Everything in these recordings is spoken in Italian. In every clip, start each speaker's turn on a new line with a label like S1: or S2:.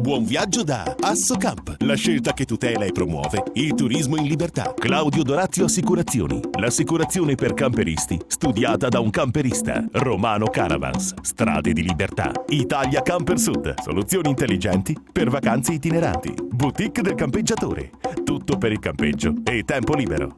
S1: Buon viaggio da Assocamp, la scelta che tutela e promuove il turismo in libertà. Claudio Dorazio Assicurazioni, l'assicurazione per camperisti studiata da un camperista. Romano Caravans, strade di libertà. Italia Camper Sud, soluzioni intelligenti per vacanze itineranti. Boutique del campeggiatore, tutto per il campeggio e tempo libero.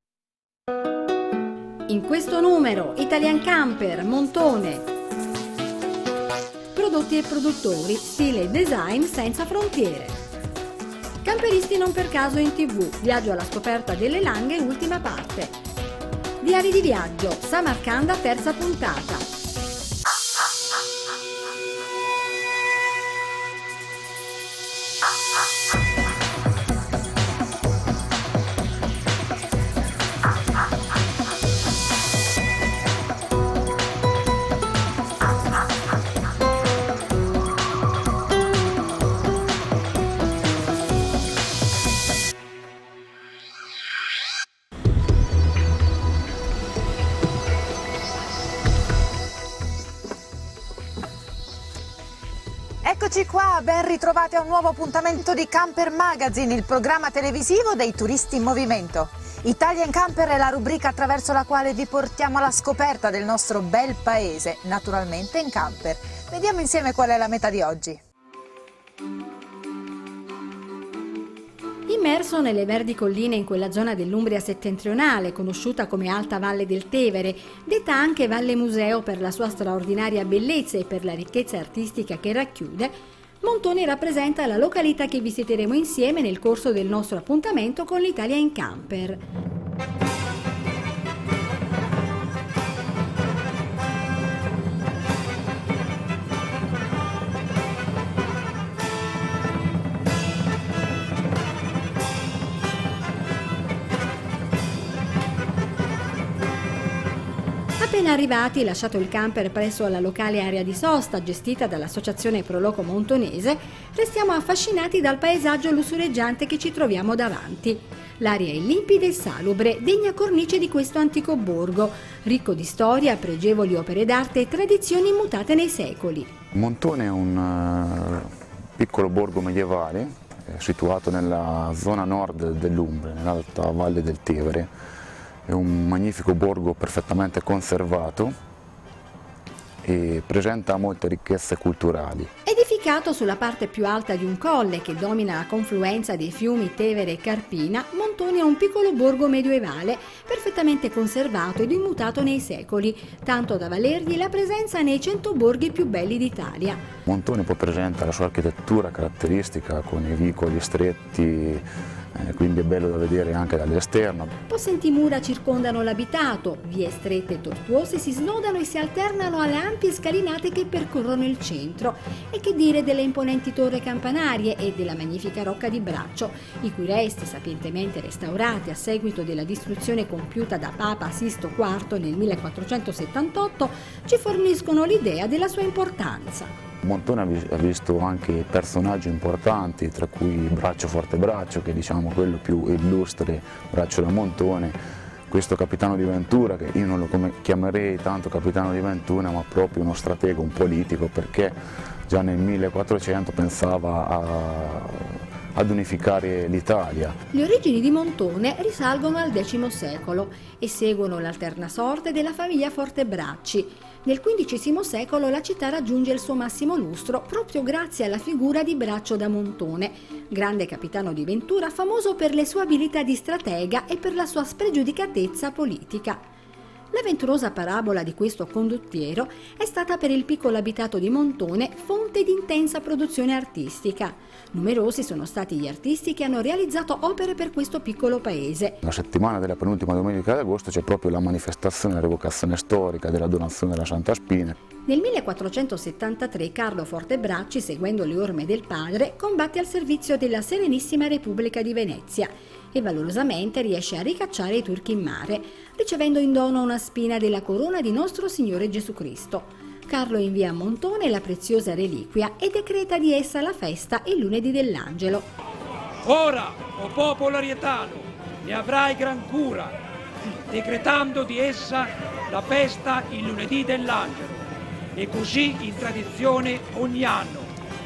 S2: In questo numero, Italian Camper, Montone. Prodotti e produttori, stile e design senza frontiere. Camperisti non per caso in TV, viaggio alla scoperta delle Langhe, ultima parte. Diari di viaggio, Samarcanda, terza puntata.
S3: Eccoci qua, ben ritrovati a un nuovo appuntamento di Camper Magazine, il programma televisivo dei turisti in movimento. Italian Camper è la rubrica attraverso la quale vi portiamo alla scoperta del nostro bel paese, naturalmente in camper. Vediamo insieme qual è la meta di oggi.
S2: Immerso nelle verdi colline in quella zona dell'Umbria settentrionale, conosciuta come Alta Valle del Tevere, detta anche Valle Museo per la sua straordinaria bellezza e per la ricchezza artistica che racchiude, Montone rappresenta la località che visiteremo insieme nel corso del nostro appuntamento con l'Italia in Camper. Appena arrivati, lasciato il camper presso la locale area di sosta gestita dall'associazione Proloco Montonese, restiamo affascinati dal paesaggio lussureggiante che ci troviamo davanti. L'aria è limpida e salubre, degna cornice di questo antico borgo, ricco di storia, pregevoli opere d'arte e tradizioni immutate nei secoli.
S4: Montone è un piccolo borgo medievale situato nella zona nord dell'Umbria, nell'Alta Valle del Tevere. È un magnifico borgo perfettamente conservato e presenta molte ricchezze culturali.
S2: Edificato sulla parte più alta di un colle che domina la confluenza dei fiumi Tevere e Carpina, Montone è un piccolo borgo medioevale perfettamente conservato ed immutato nei secoli, tanto da valergli la presenza nei 100 borghi più belli d'Italia.
S4: Montone poi presenta la sua architettura caratteristica con i vicoli stretti, quindi è bello da vedere anche dall'esterno.
S2: Possenti mura circondano l'abitato, vie strette e tortuose si snodano e si alternano alle ampie scalinate che percorrono il centro. E che dire delle imponenti torri campanarie e della magnifica rocca di Braccio, i cui resti, sapientemente restaurati a seguito della distruzione compiuta da Papa Sisto IV nel 1478, ci forniscono l'idea della sua importanza.
S4: Montone ha visto anche personaggi importanti, tra cui Braccio Fortebraccio, che è diciamo quello più illustre, Braccio da Montone, questo capitano di Ventura, che io non lo chiamerei tanto capitano di Ventura, ma proprio uno stratego, un politico, perché già nel 1400 pensava ad unificare l'Italia.
S2: Le origini di Montone risalgono al X secolo e seguono l'alterna sorte della famiglia Fortebracci. Nel XV secolo la città raggiunge il suo massimo lustro proprio grazie alla figura di Braccio da Montone, grande capitano di Ventura famoso per le sue abilità di stratega e per la sua spregiudicatezza politica. L'avventurosa parabola di questo condottiero è stata per il piccolo abitato di Montone fonte di intensa produzione artistica. Numerosi sono stati gli artisti che hanno realizzato opere per questo piccolo paese.
S4: La settimana della penultima domenica di agosto c'è proprio la manifestazione della rievocazione storica della donazione della Santa Spina.
S2: Nel 1473 Carlo Fortebracci, seguendo le orme del padre, combatte al servizio della Serenissima Repubblica di Venezia e valorosamente riesce a ricacciare i turchi in mare, ricevendo in dono una spina della corona di nostro Signore Gesù Cristo. Carlo invia a Montone la preziosa reliquia e decreta di essa la festa il lunedì dell'Angelo.
S5: Ora, o popolo arietano, ne avrai gran cura, decretando di essa la festa il lunedì dell'Angelo, e così in tradizione ogni anno,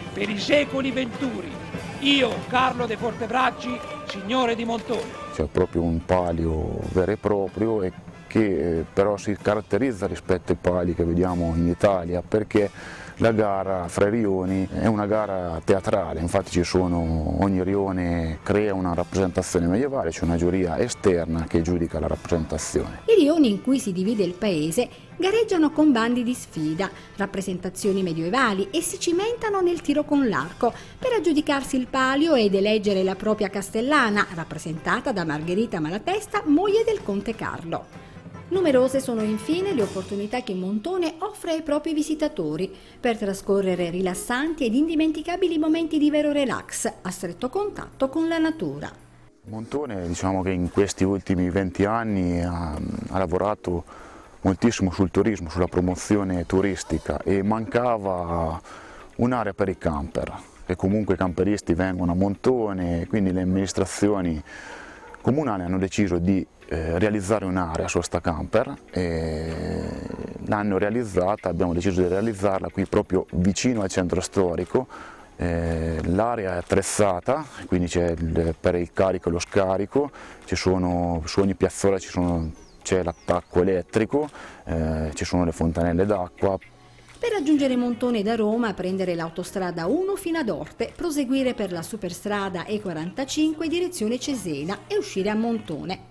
S5: per i secoli venturi. Io, Carlo de Fortebracci, signore di Montone.
S4: C'è proprio un palio vero e proprio e che però si caratterizza rispetto ai pali che vediamo in Italia, perché la gara fra i rioni è una gara teatrale, infatti ogni rione crea una rappresentazione medievale, c'è una giuria esterna che giudica la rappresentazione.
S2: I rioni in cui si divide il paese gareggiano con bandi di sfida, rappresentazioni medievali e si cimentano nel tiro con l'arco per aggiudicarsi il palio ed eleggere la propria castellana, rappresentata da Margherita Malatesta, moglie del conte Carlo. Numerose sono infine le opportunità che Montone offre ai propri visitatori per trascorrere rilassanti ed indimenticabili momenti di vero relax a stretto contatto con la natura.
S4: Montone, diciamo che in questi ultimi 20 anni ha lavorato moltissimo sul turismo, sulla promozione turistica e mancava un'area per i camper, che comunque i camperisti vengono a Montone, quindi le amministrazioni comunali hanno deciso di realizzare un'area sosta camper e l'hanno realizzata, abbiamo deciso di realizzarla qui proprio vicino al centro storico. L'area è attrezzata, quindi c'è per il carico e lo scarico, su ogni piazzola c'è l'attacco elettrico, ci sono le fontanelle d'acqua.
S2: Per raggiungere Montone da Roma, prendere l'autostrada 1 fino ad Orte, proseguire per la superstrada E45 direzione Cesena e uscire a Montone.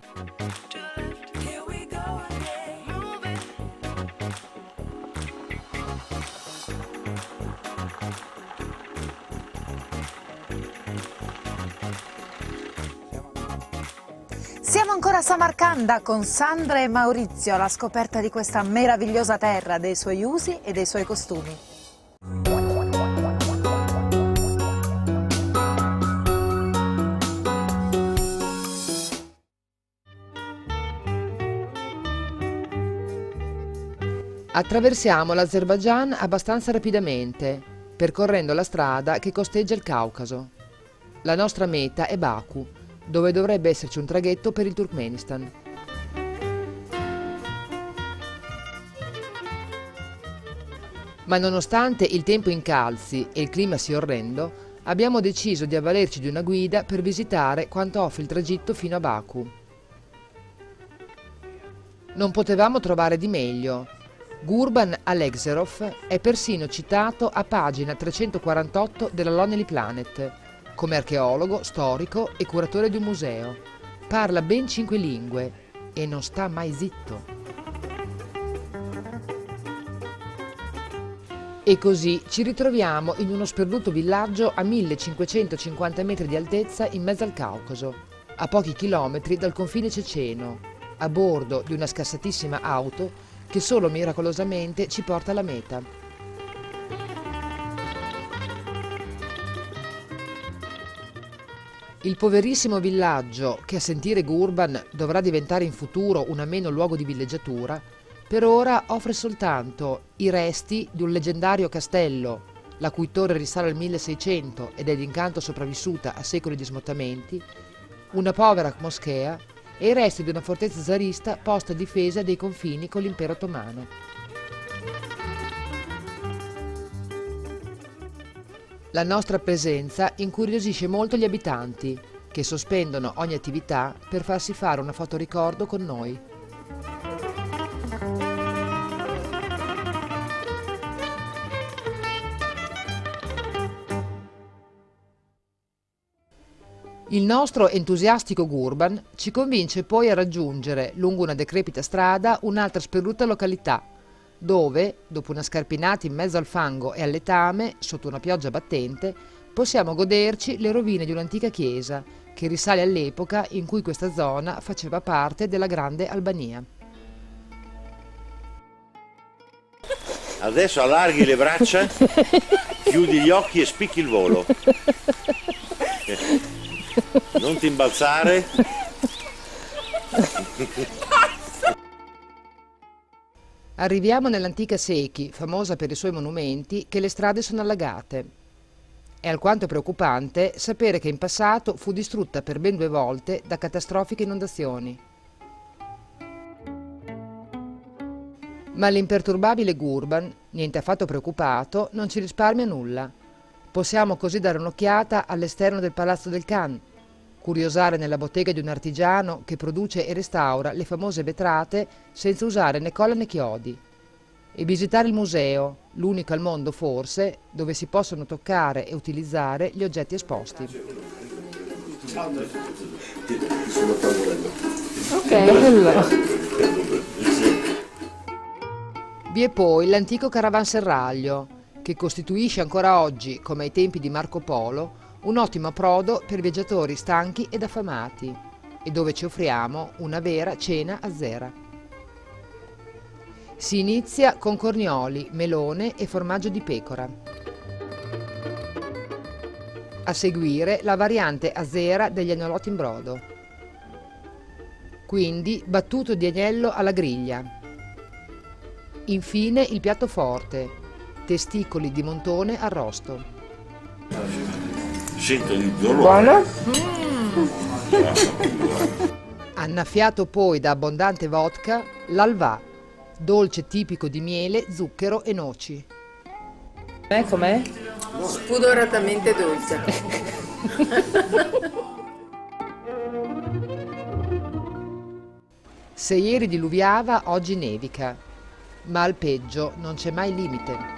S3: Siamo ancora a Samarcanda con Sandra e Maurizio alla scoperta di questa meravigliosa terra, dei suoi usi e dei suoi costumi.
S6: Attraversiamo l'Azerbaigian abbastanza rapidamente, percorrendo la strada che costeggia il Caucaso. La nostra meta è Baku, dove dovrebbe esserci un traghetto per il Turkmenistan. Ma nonostante il tempo incalzi e il clima sia orrendo, abbiamo deciso di avvalerci di una guida per visitare quanto offre il tragitto fino a Baku. Non potevamo trovare di meglio. Gurban Alekserov è persino citato a pagina 348 della Lonely Planet, come archeologo, storico e curatore di un museo. Parla ben 5 lingue e non sta mai zitto. E così ci ritroviamo in uno sperduto villaggio a 1550 metri di altezza in mezzo al Caucaso, a pochi chilometri dal confine ceceno, a bordo di una scassatissima auto che solo miracolosamente ci porta alla meta. Il poverissimo villaggio, che a sentire Gurban dovrà diventare in futuro un ameno luogo di villeggiatura, per ora offre soltanto i resti di un leggendario castello, la cui torre risale al 1600 ed è d'incanto sopravvissuta a secoli di smottamenti, una povera moschea e i resti di una fortezza zarista posta a difesa dei confini con l'impero ottomano. La nostra presenza incuriosisce molto gli abitanti, che sospendono ogni attività per farsi fare una fotoricordo con noi. Il nostro entusiastico Gurban ci convince poi a raggiungere, lungo una decrepita strada, un'altra sperduta località, dove, dopo una scarpinata in mezzo al fango e al letame, sotto una pioggia battente, possiamo goderci le rovine di un'antica chiesa che risale all'epoca in cui questa zona faceva parte della Grande Albania.
S7: Adesso allarghi le braccia, chiudi gli occhi e spicchi il volo. Non ti imbalzare.
S6: Arriviamo nell'antica Secchi, famosa per i suoi monumenti, che le strade sono allagate. È alquanto preoccupante sapere che in passato fu distrutta per ben 2 volte da catastrofiche inondazioni. Ma l'imperturbabile Gurban, niente affatto preoccupato, non ci risparmia nulla. Possiamo così dare un'occhiata all'esterno del Palazzo del Khan, curiosare nella bottega di un artigiano che produce e restaura le famose vetrate senza usare né colla né chiodi, e visitare il museo, l'unico al mondo forse, dove si possono toccare e utilizzare gli oggetti esposti.
S8: Ok, bello.
S6: Vi è poi l'antico caravanserraglio, che costituisce ancora oggi, come ai tempi di Marco Polo, un ottimo approdo per viaggiatori stanchi ed affamati, e dove ci offriamo una vera cena azera. Si inizia con cornioli, melone e formaggio di pecora. A seguire la variante azera degli agnolotti in brodo. Quindi battuto di agnello alla griglia. Infine il piatto forte, testicoli di montone arrosto.
S7: Sento di dolore.
S8: Buono?
S6: Annaffiato poi da abbondante vodka, l'alvà, dolce tipico di miele, zucchero e noci.
S8: Com'è?
S9: Spudoratamente dolce.
S6: Se ieri diluviava, oggi nevica, ma al peggio non c'è mai limite.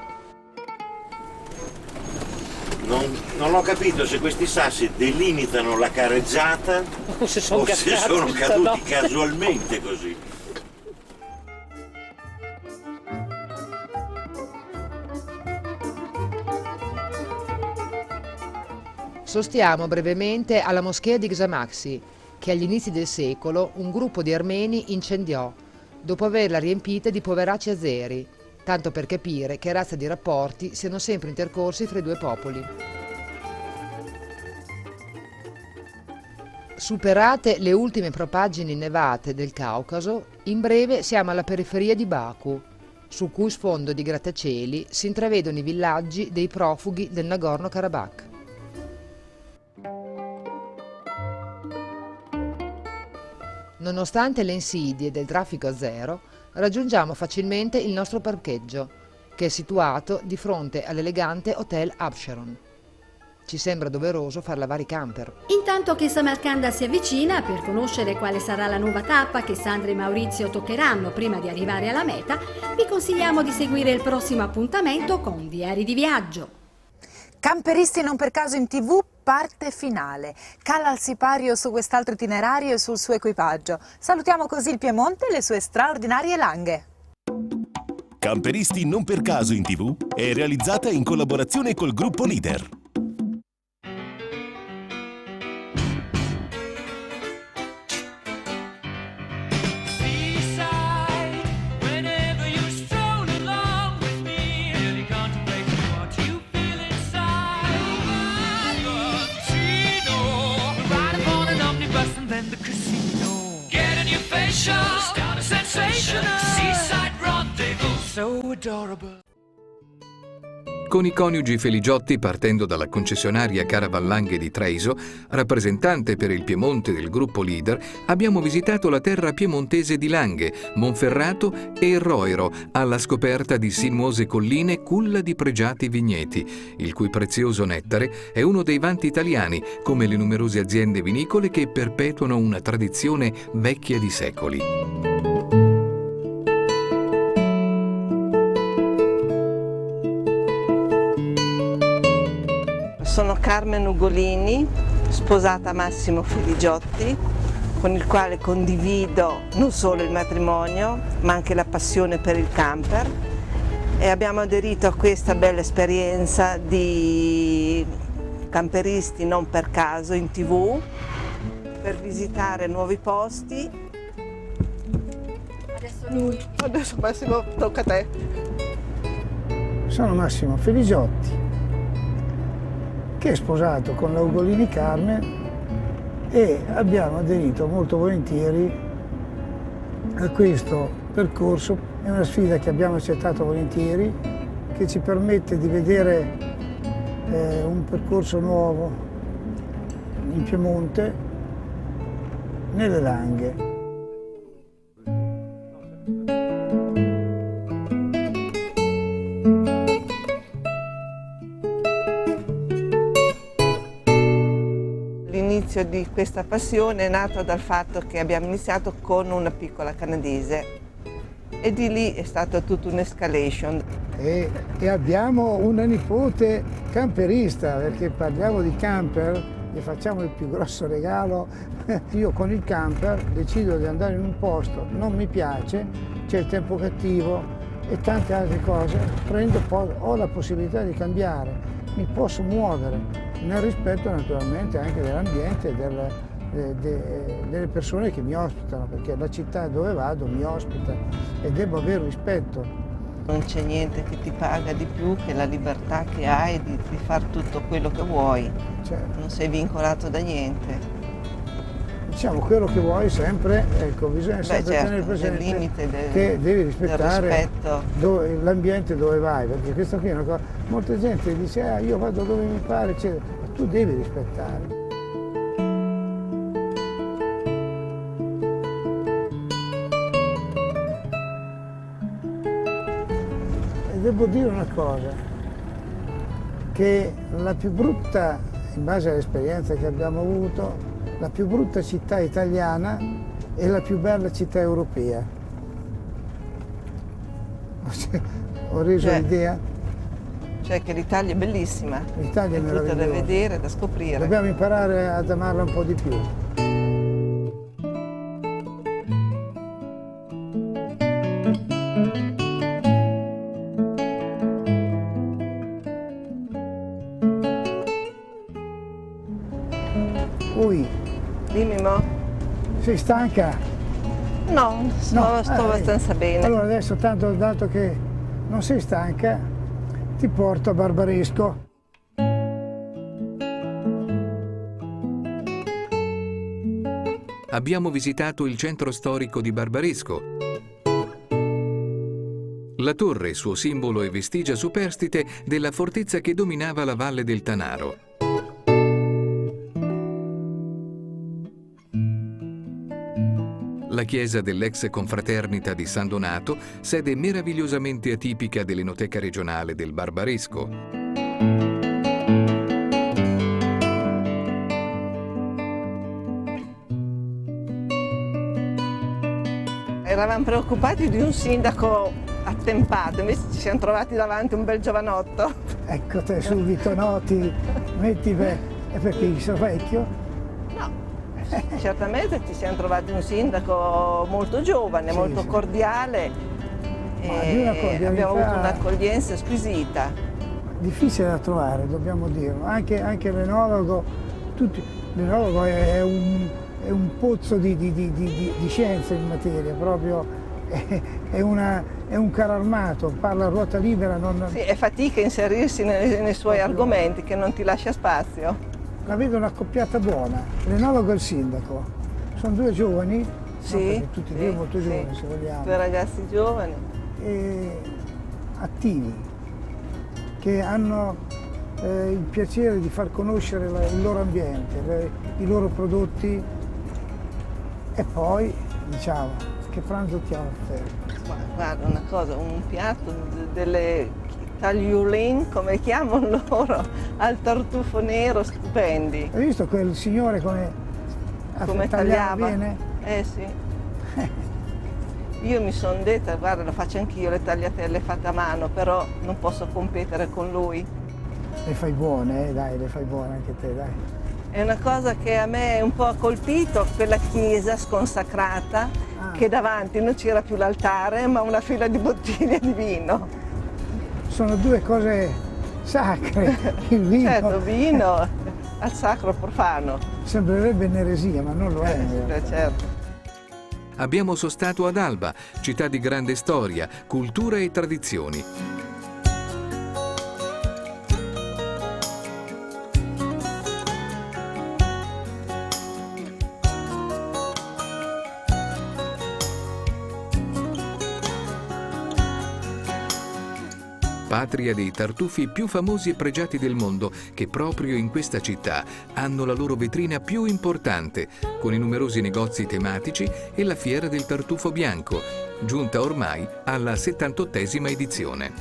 S7: Non ho capito se questi sassi delimitano la careggiata
S8: O se sono
S7: caduti casualmente così.
S6: Sostiamo brevemente alla moschea di Xamaxi, che agli inizi del secolo un gruppo di armeni incendiò, dopo averla riempita di poveracci azeri, tanto per capire che razza di rapporti siano sempre intercorsi fra i due popoli. Superate le ultime propaggini innevate del Caucaso, in breve siamo alla periferia di Baku, su cui sfondo di grattacieli si intravedono i villaggi dei profughi del Nagorno-Karabakh. Nonostante le insidie del traffico azero, raggiungiamo facilmente il nostro parcheggio, che è situato di fronte all'elegante Hotel Absheron. Ci sembra doveroso far lavare i camper.
S2: Intanto che Samarcanda si avvicina, per conoscere quale sarà la nuova tappa che Sandra e Maurizio toccheranno prima di arrivare alla meta, vi consigliamo di seguire il prossimo appuntamento con Diari di Viaggio.
S3: Camperisti non per caso in TV, parte finale. Cala al sipario su quest'altro itinerario e sul suo equipaggio. Salutiamo così il Piemonte e le sue straordinarie langhe.
S1: Camperisti non per caso in TV è realizzata in collaborazione col gruppo Leader.
S10: Con i coniugi Feligiotti, partendo dalla concessionaria Caravallanghe di Treviso, rappresentante per il Piemonte del gruppo Leader, abbiamo visitato la terra piemontese di Langhe, Monferrato e Roero, alla scoperta di sinuose colline culla di pregiati vigneti, il cui prezioso nettare è uno dei vanti italiani, come le numerose aziende vinicole che perpetuano una tradizione vecchia di secoli.
S11: Sono Carmen Ugolini, sposata a Massimo Feligiotti, con il quale condivido non solo il matrimonio, ma anche la passione per il camper, e abbiamo aderito a questa bella esperienza di camperisti non per caso in TV, per visitare nuovi posti.
S12: Adesso Massimo, tocca a te.
S13: Sono Massimo Feligiotti, che è sposato con la Ugolini Carmen, e abbiamo aderito molto volentieri a questo percorso. È una sfida che abbiamo accettato volentieri, che ci permette di vedere un percorso nuovo in Piemonte, nelle Langhe.
S11: L'inizio di questa passione è nato dal fatto che abbiamo iniziato con una piccola canadese e di lì è stata tutta un'escalation.
S13: E abbiamo una nipote camperista, perché parliamo di camper, gli facciamo il più grosso regalo. Io con il camper decido di andare in un posto, non mi piace, c'è il tempo cattivo e tante altre cose, ho la possibilità di cambiare, mi posso muovere nel rispetto naturalmente anche dell'ambiente e delle persone che mi ospitano, perché la città dove vado mi ospita e devo avere rispetto.
S11: Non c'è niente che ti paga di più che la libertà che hai di fare tutto quello che vuoi.
S13: Certo.
S11: Non sei vincolato da niente.
S13: Diciamo, quello che vuoi sempre, ecco, bisogna sempre tenere presente
S11: il limite
S13: che devi rispettare l'ambiente dove vai, perché questo qui è una cosa, molta gente dice io vado dove mi pare, eccetera, ma tu devi rispettare. E devo dire una cosa, che la più brutta, in base all'esperienza che abbiamo avuto, la più brutta città italiana è la più bella città europea. Ho reso l'idea?
S11: Cioè che l'Italia è bellissima,
S13: l'Italia è
S11: tutta da vedere, da scoprire.
S13: Dobbiamo imparare ad amarla un po' di più.
S11: Dimmi, Mo.
S13: Sei stanca?
S11: No, sto abbastanza bene.
S13: Allora adesso, dato che non sei stanca, ti porto a Barbaresco.
S10: Abbiamo visitato il centro storico di Barbaresco. La torre, suo simbolo e vestigia superstite della fortezza che dominava la valle del Tanaro. La chiesa dell'ex confraternita di San Donato, sede meravigliosamente atipica dell'Enoteca regionale del Barbaresco.
S11: Eravamo preoccupati di un sindaco attempato, invece ci siamo trovati davanti un bel giovanotto.
S13: Ecco te subito, no? Ti metti perché io sono vecchio?
S11: Certamente ci siamo trovati un sindaco molto giovane, molto cordiale e abbiamo avuto un'accoglienza squisita.
S13: Difficile da trovare, dobbiamo dirlo, anche l'enologo, l'enologo è un pozzo di scienza in materia, proprio è un carro armato, parla a ruota libera.
S11: Sì, è fatica inserirsi nei suoi argomenti, che non ti lascia spazio.
S13: La vedo una coppiata buona, l'enologo e il sindaco. Sono due giovani, tutti e due molto giovani se vogliamo.
S11: Due ragazzi giovani.
S13: Attivi, che hanno il piacere di far conoscere il loro ambiente, i loro prodotti e poi, diciamo, che pranzo ti offre?
S11: Guarda, una cosa, un piatto delle tagliolin, come chiamano loro, al tartufo nero, stupendi.
S13: Hai visto quel signore come tagliava bene?
S11: Sì. Io mi sono detta, guarda, lo faccio anch'io le tagliatelle fatte a mano, però non posso competere con lui.
S13: Le fai buone, dai, le fai buone anche te, dai.
S11: È una cosa che a me un po' ha colpito, quella chiesa sconsacrata, che davanti non c'era più l'altare, ma una fila di bottiglie di vino.
S13: Sono due cose sacre, il vino.
S11: Certo, vino al sacro profano.
S13: Sembrerebbe un'eresia, ma non lo è.
S11: Certo.
S10: Abbiamo sostato ad Alba, città di grande storia, cultura e tradizioni. Patria dei tartufi più famosi e pregiati del mondo, che proprio in questa città hanno la loro vetrina più importante, con i numerosi negozi tematici e la fiera del tartufo bianco, giunta ormai alla 78esima edizione.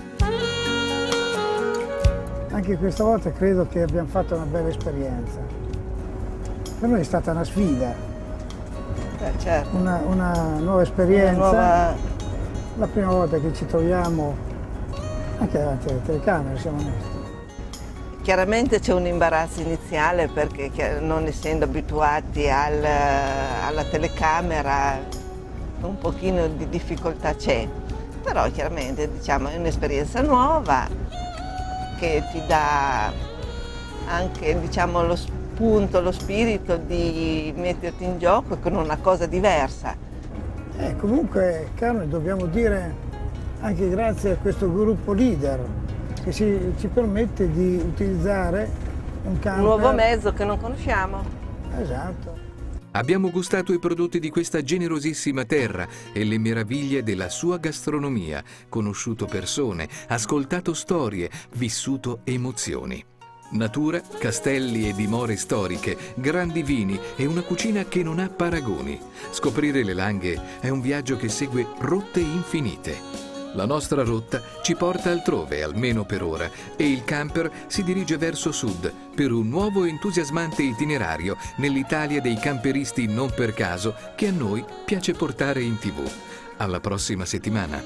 S13: Anche questa volta credo che abbiamo fatto una bella esperienza. Per noi è stata una sfida,
S12: certo.
S13: una nuova esperienza. La prima volta che ci troviamo anche davanti alle telecamere, siamo onesti.
S11: Chiaramente c'è un imbarazzo iniziale perché non essendo abituati alla telecamera un pochino di difficoltà c'è, però chiaramente diciamo è un'esperienza nuova che ti dà anche diciamo lo spunto, lo spirito di metterti in gioco con una cosa diversa.
S13: Comunque Carmen, dobbiamo dire anche grazie a questo gruppo leader che ci permette di utilizzare un camper.
S11: Un nuovo mezzo che non conosciamo.
S13: Esatto.
S10: Abbiamo gustato i prodotti di questa generosissima terra e le meraviglie della sua gastronomia, conosciuto persone, ascoltato storie, vissuto emozioni. Natura, castelli e dimore storiche, grandi vini e una cucina che non ha paragoni. Scoprire le Langhe è un viaggio che segue rotte infinite. La nostra rotta ci porta altrove, almeno per ora, e il camper si dirige verso sud per un nuovo e entusiasmante itinerario nell'Italia dei camperisti non per caso che a noi piace portare in TV. Alla prossima settimana.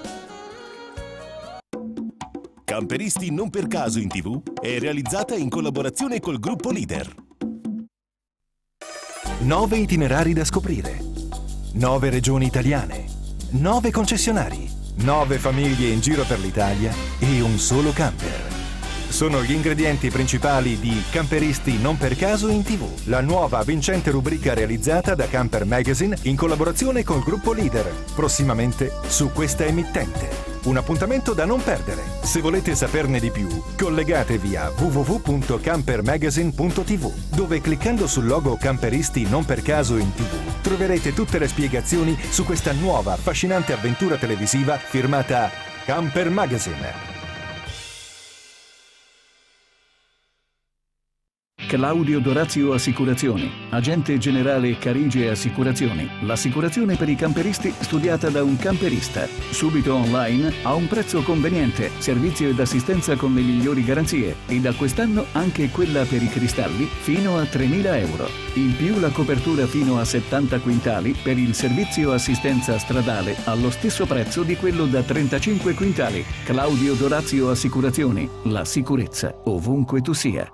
S1: Camperisti non per caso in TV è realizzata in collaborazione col gruppo Leader.
S14: 9 itinerari da scoprire, 9 regioni italiane, 9 concessionari, 9 famiglie in giro per l'Italia e un solo camper. Sono gli ingredienti principali di Camperisti non per caso in TV, la nuova vincente rubrica realizzata da Camper Magazine in collaborazione col gruppo Leader, prossimamente su questa emittente. Un appuntamento da non perdere. Se volete saperne di più, collegatevi a www.campermagazine.tv, dove cliccando sul logo Camperisti non per caso in TV troverete tutte le spiegazioni su questa nuova affascinante avventura televisiva firmata Camper Magazine.
S15: Claudio Dorazio Assicurazioni, agente generale Carige Assicurazioni. L'assicurazione per i camperisti studiata da un camperista. Subito online, a un prezzo conveniente, servizio ed assistenza con le migliori garanzie e da quest'anno anche quella per i cristalli fino a 3.000 euro. In più la copertura fino a 70 quintali per il servizio assistenza stradale allo stesso prezzo di quello da 35 quintali. Claudio Dorazio Assicurazioni, la sicurezza ovunque tu sia.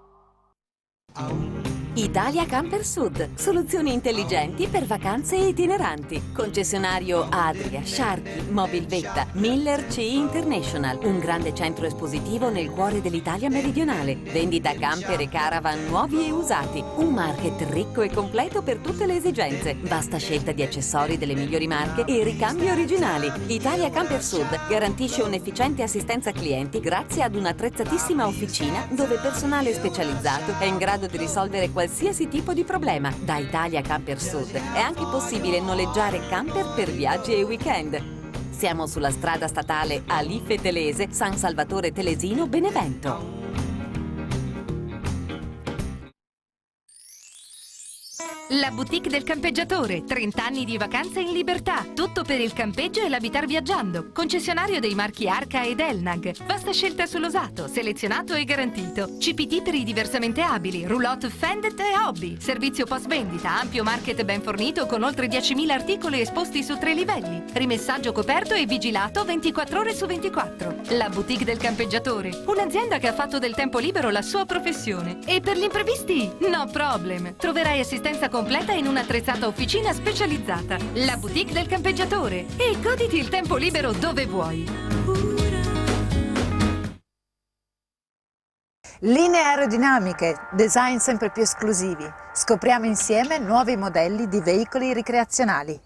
S16: Italia Camper Sud, soluzioni intelligenti per vacanze itineranti. Concessionario Adria, Sharky, Mobilvetta, Miller CE International, un grande centro espositivo nel cuore dell'Italia meridionale. Vendita camper e caravan nuovi e usati. Un market ricco e completo per tutte le esigenze. Vasta scelta di accessori delle migliori marche e ricambi originali. Italia Camper Sud garantisce un'efficiente assistenza clienti grazie ad un'attrezzatissima officina dove personale specializzato è in grado di risolvere qualsiasi tipo di problema. Da Italia Camper Sud è anche possibile noleggiare camper per viaggi e weekend. Siamo sulla strada statale Alife Telese, San Salvatore Telesino, Benevento.
S17: La boutique del campeggiatore, 30 anni di vacanze in libertà, tutto per il campeggio e l'abitare viaggiando. Concessionario dei marchi Arca ed Elnag, vasta scelta sull'usato, selezionato e garantito. CPT per i diversamente abili, roulotte Fendet e Hobby. Servizio post vendita, ampio market ben fornito con oltre 10.000 articoli esposti su 3 livelli. Rimessaggio coperto e vigilato 24 ore su 24. La boutique del campeggiatore, un'azienda che ha fatto del tempo libero la sua professione. E per gli imprevisti? No problem. Troverai assistenza completa in un'attrezzata officina specializzata. La boutique del campeggiatore. E goditi il tempo libero dove vuoi.
S3: Linee aerodinamiche, design sempre più esclusivi. Scopriamo insieme nuovi modelli di veicoli ricreazionali.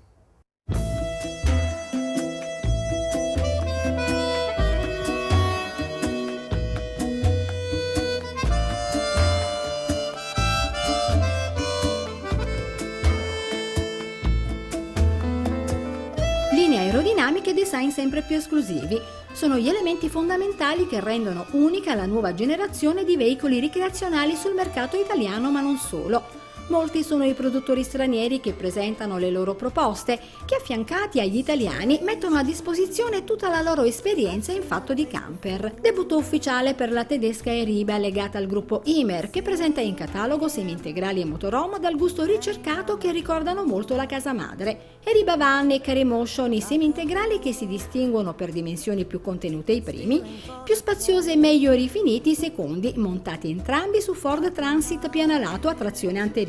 S2: Linee aerodinamiche e design sempre più esclusivi sono gli elementi fondamentali che rendono unica la nuova generazione di veicoli ricreazionali sul mercato italiano, ma non solo. Molti sono i produttori stranieri che presentano le loro proposte, che affiancati agli italiani mettono a disposizione tutta la loro esperienza in fatto di camper. Debutto ufficiale per la tedesca Eriba legata al gruppo Imer, che presenta in catalogo semi-integrali e motorhome dal gusto ricercato che ricordano molto la casa madre. Eriba Van e Caremotion, i semi-integrali che si distinguono per dimensioni più contenute i primi, più spaziose e meglio rifiniti i secondi, montati entrambi su Ford Transit pianalato a trazione anteriore.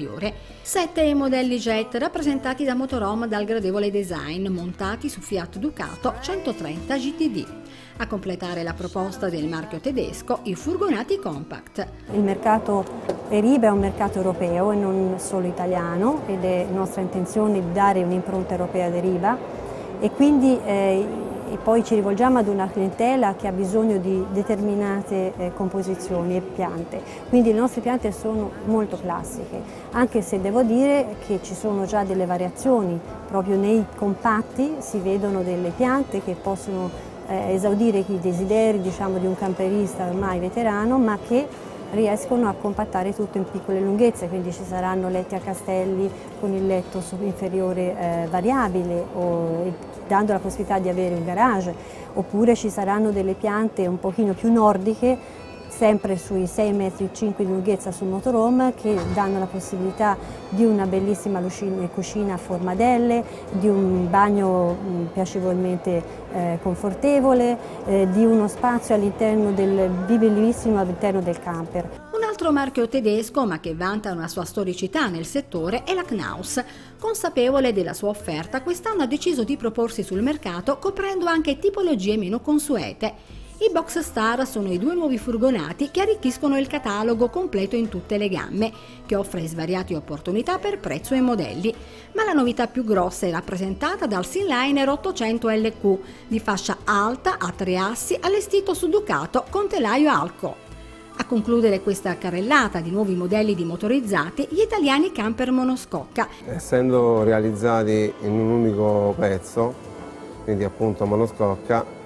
S2: 7 modelli jet rappresentati da motorhome dal gradevole design, montati su Fiat Ducato 130 GTD. A completare la proposta del marchio tedesco, i furgonati compact.
S18: Il mercato Eriba è un mercato europeo e non solo italiano, ed è nostra intenzione di dare un'impronta europea ad Eriba, e quindi e poi ci rivolgiamo ad una clientela che ha bisogno di determinate composizioni e piante. Quindi le nostre piante sono molto classiche, anche se devo dire che ci sono già delle variazioni. Proprio nei compatti si vedono delle piante che possono esaudire i desideri, diciamo, di un camperista ormai veterano, ma che riescono a compattare tutto in piccole lunghezze, quindi ci saranno letti a castelli con il letto inferiore variabile, dando la possibilità di avere un garage, oppure ci saranno delle piante un pochino più nordiche, sempre sui 6,5 metri di lunghezza sul motorhome, che danno la possibilità di una bellissima cucina a formadelle, di un bagno piacevolmente confortevole, di uno spazio all'interno vivibilissimo all'interno del camper.
S2: Un altro marchio tedesco, ma che vanta una sua storicità nel settore, è la Knaus. Consapevole della sua offerta, quest'anno ha deciso di proporsi sul mercato coprendo anche tipologie meno consuete. I Box Star sono i 2 nuovi furgonati che arricchiscono il catalogo completo in tutte le gamme, che offre svariate opportunità per prezzo e modelli. Ma la novità più grossa è rappresentata dal Sealiner 800 LQ, di fascia alta a 3 assi, allestito su Ducato con telaio Alco. A concludere questa carrellata di nuovi modelli di motorizzati, gli italiani camper monoscocca.
S19: Essendo realizzati in un unico pezzo, quindi appunto monoscocca,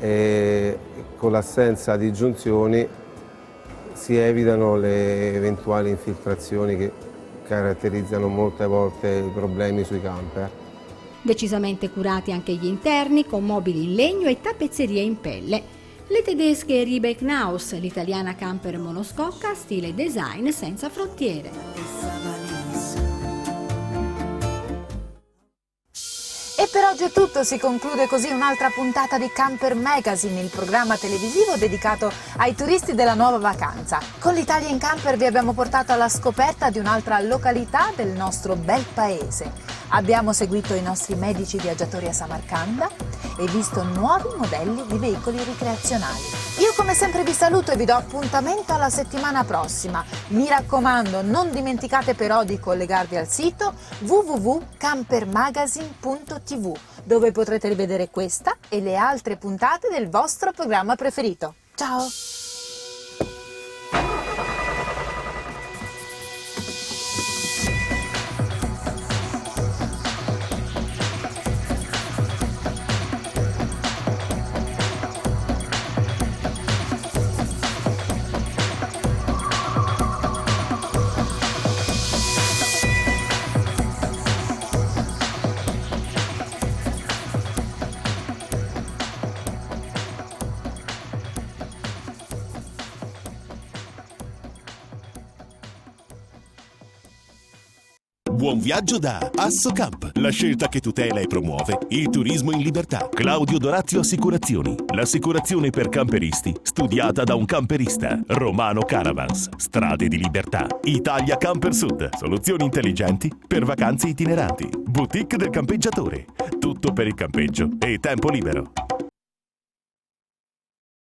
S19: e con l'assenza di giunzioni si evitano le eventuali infiltrazioni che caratterizzano molte volte i problemi sui camper.
S2: Decisamente curati anche gli interni con mobili in legno e tappezzerie in pelle. Le tedesche Eriba e Knaus, l'italiana camper monoscocca, stile e design senza frontiere.
S3: E per oggi è tutto, si conclude così un'altra puntata di Camper Magazine, il programma televisivo dedicato ai turisti della nuova vacanza. Con l'Italia in Camper vi abbiamo portato alla scoperta di un'altra località del nostro bel paese. Abbiamo seguito i nostri medici viaggiatori a Samarcanda e visto nuovi modelli di veicoli ricreazionali. Io come sempre vi saluto e vi do appuntamento alla settimana prossima. Mi raccomando, non dimenticate però di collegarvi al sito www.campermagazine.tv, dove potrete rivedere questa e le altre puntate del vostro programma preferito. Ciao!
S1: Buon viaggio da Assocamp, la scelta che tutela e promuove il turismo in libertà. Claudio Dorazio Assicurazioni, l'assicurazione per camperisti studiata da un camperista. Romano Caravans, strade di libertà. Italia Camper Sud, soluzioni intelligenti per vacanze itineranti. Boutique del campeggiatore, tutto per il campeggio e tempo libero.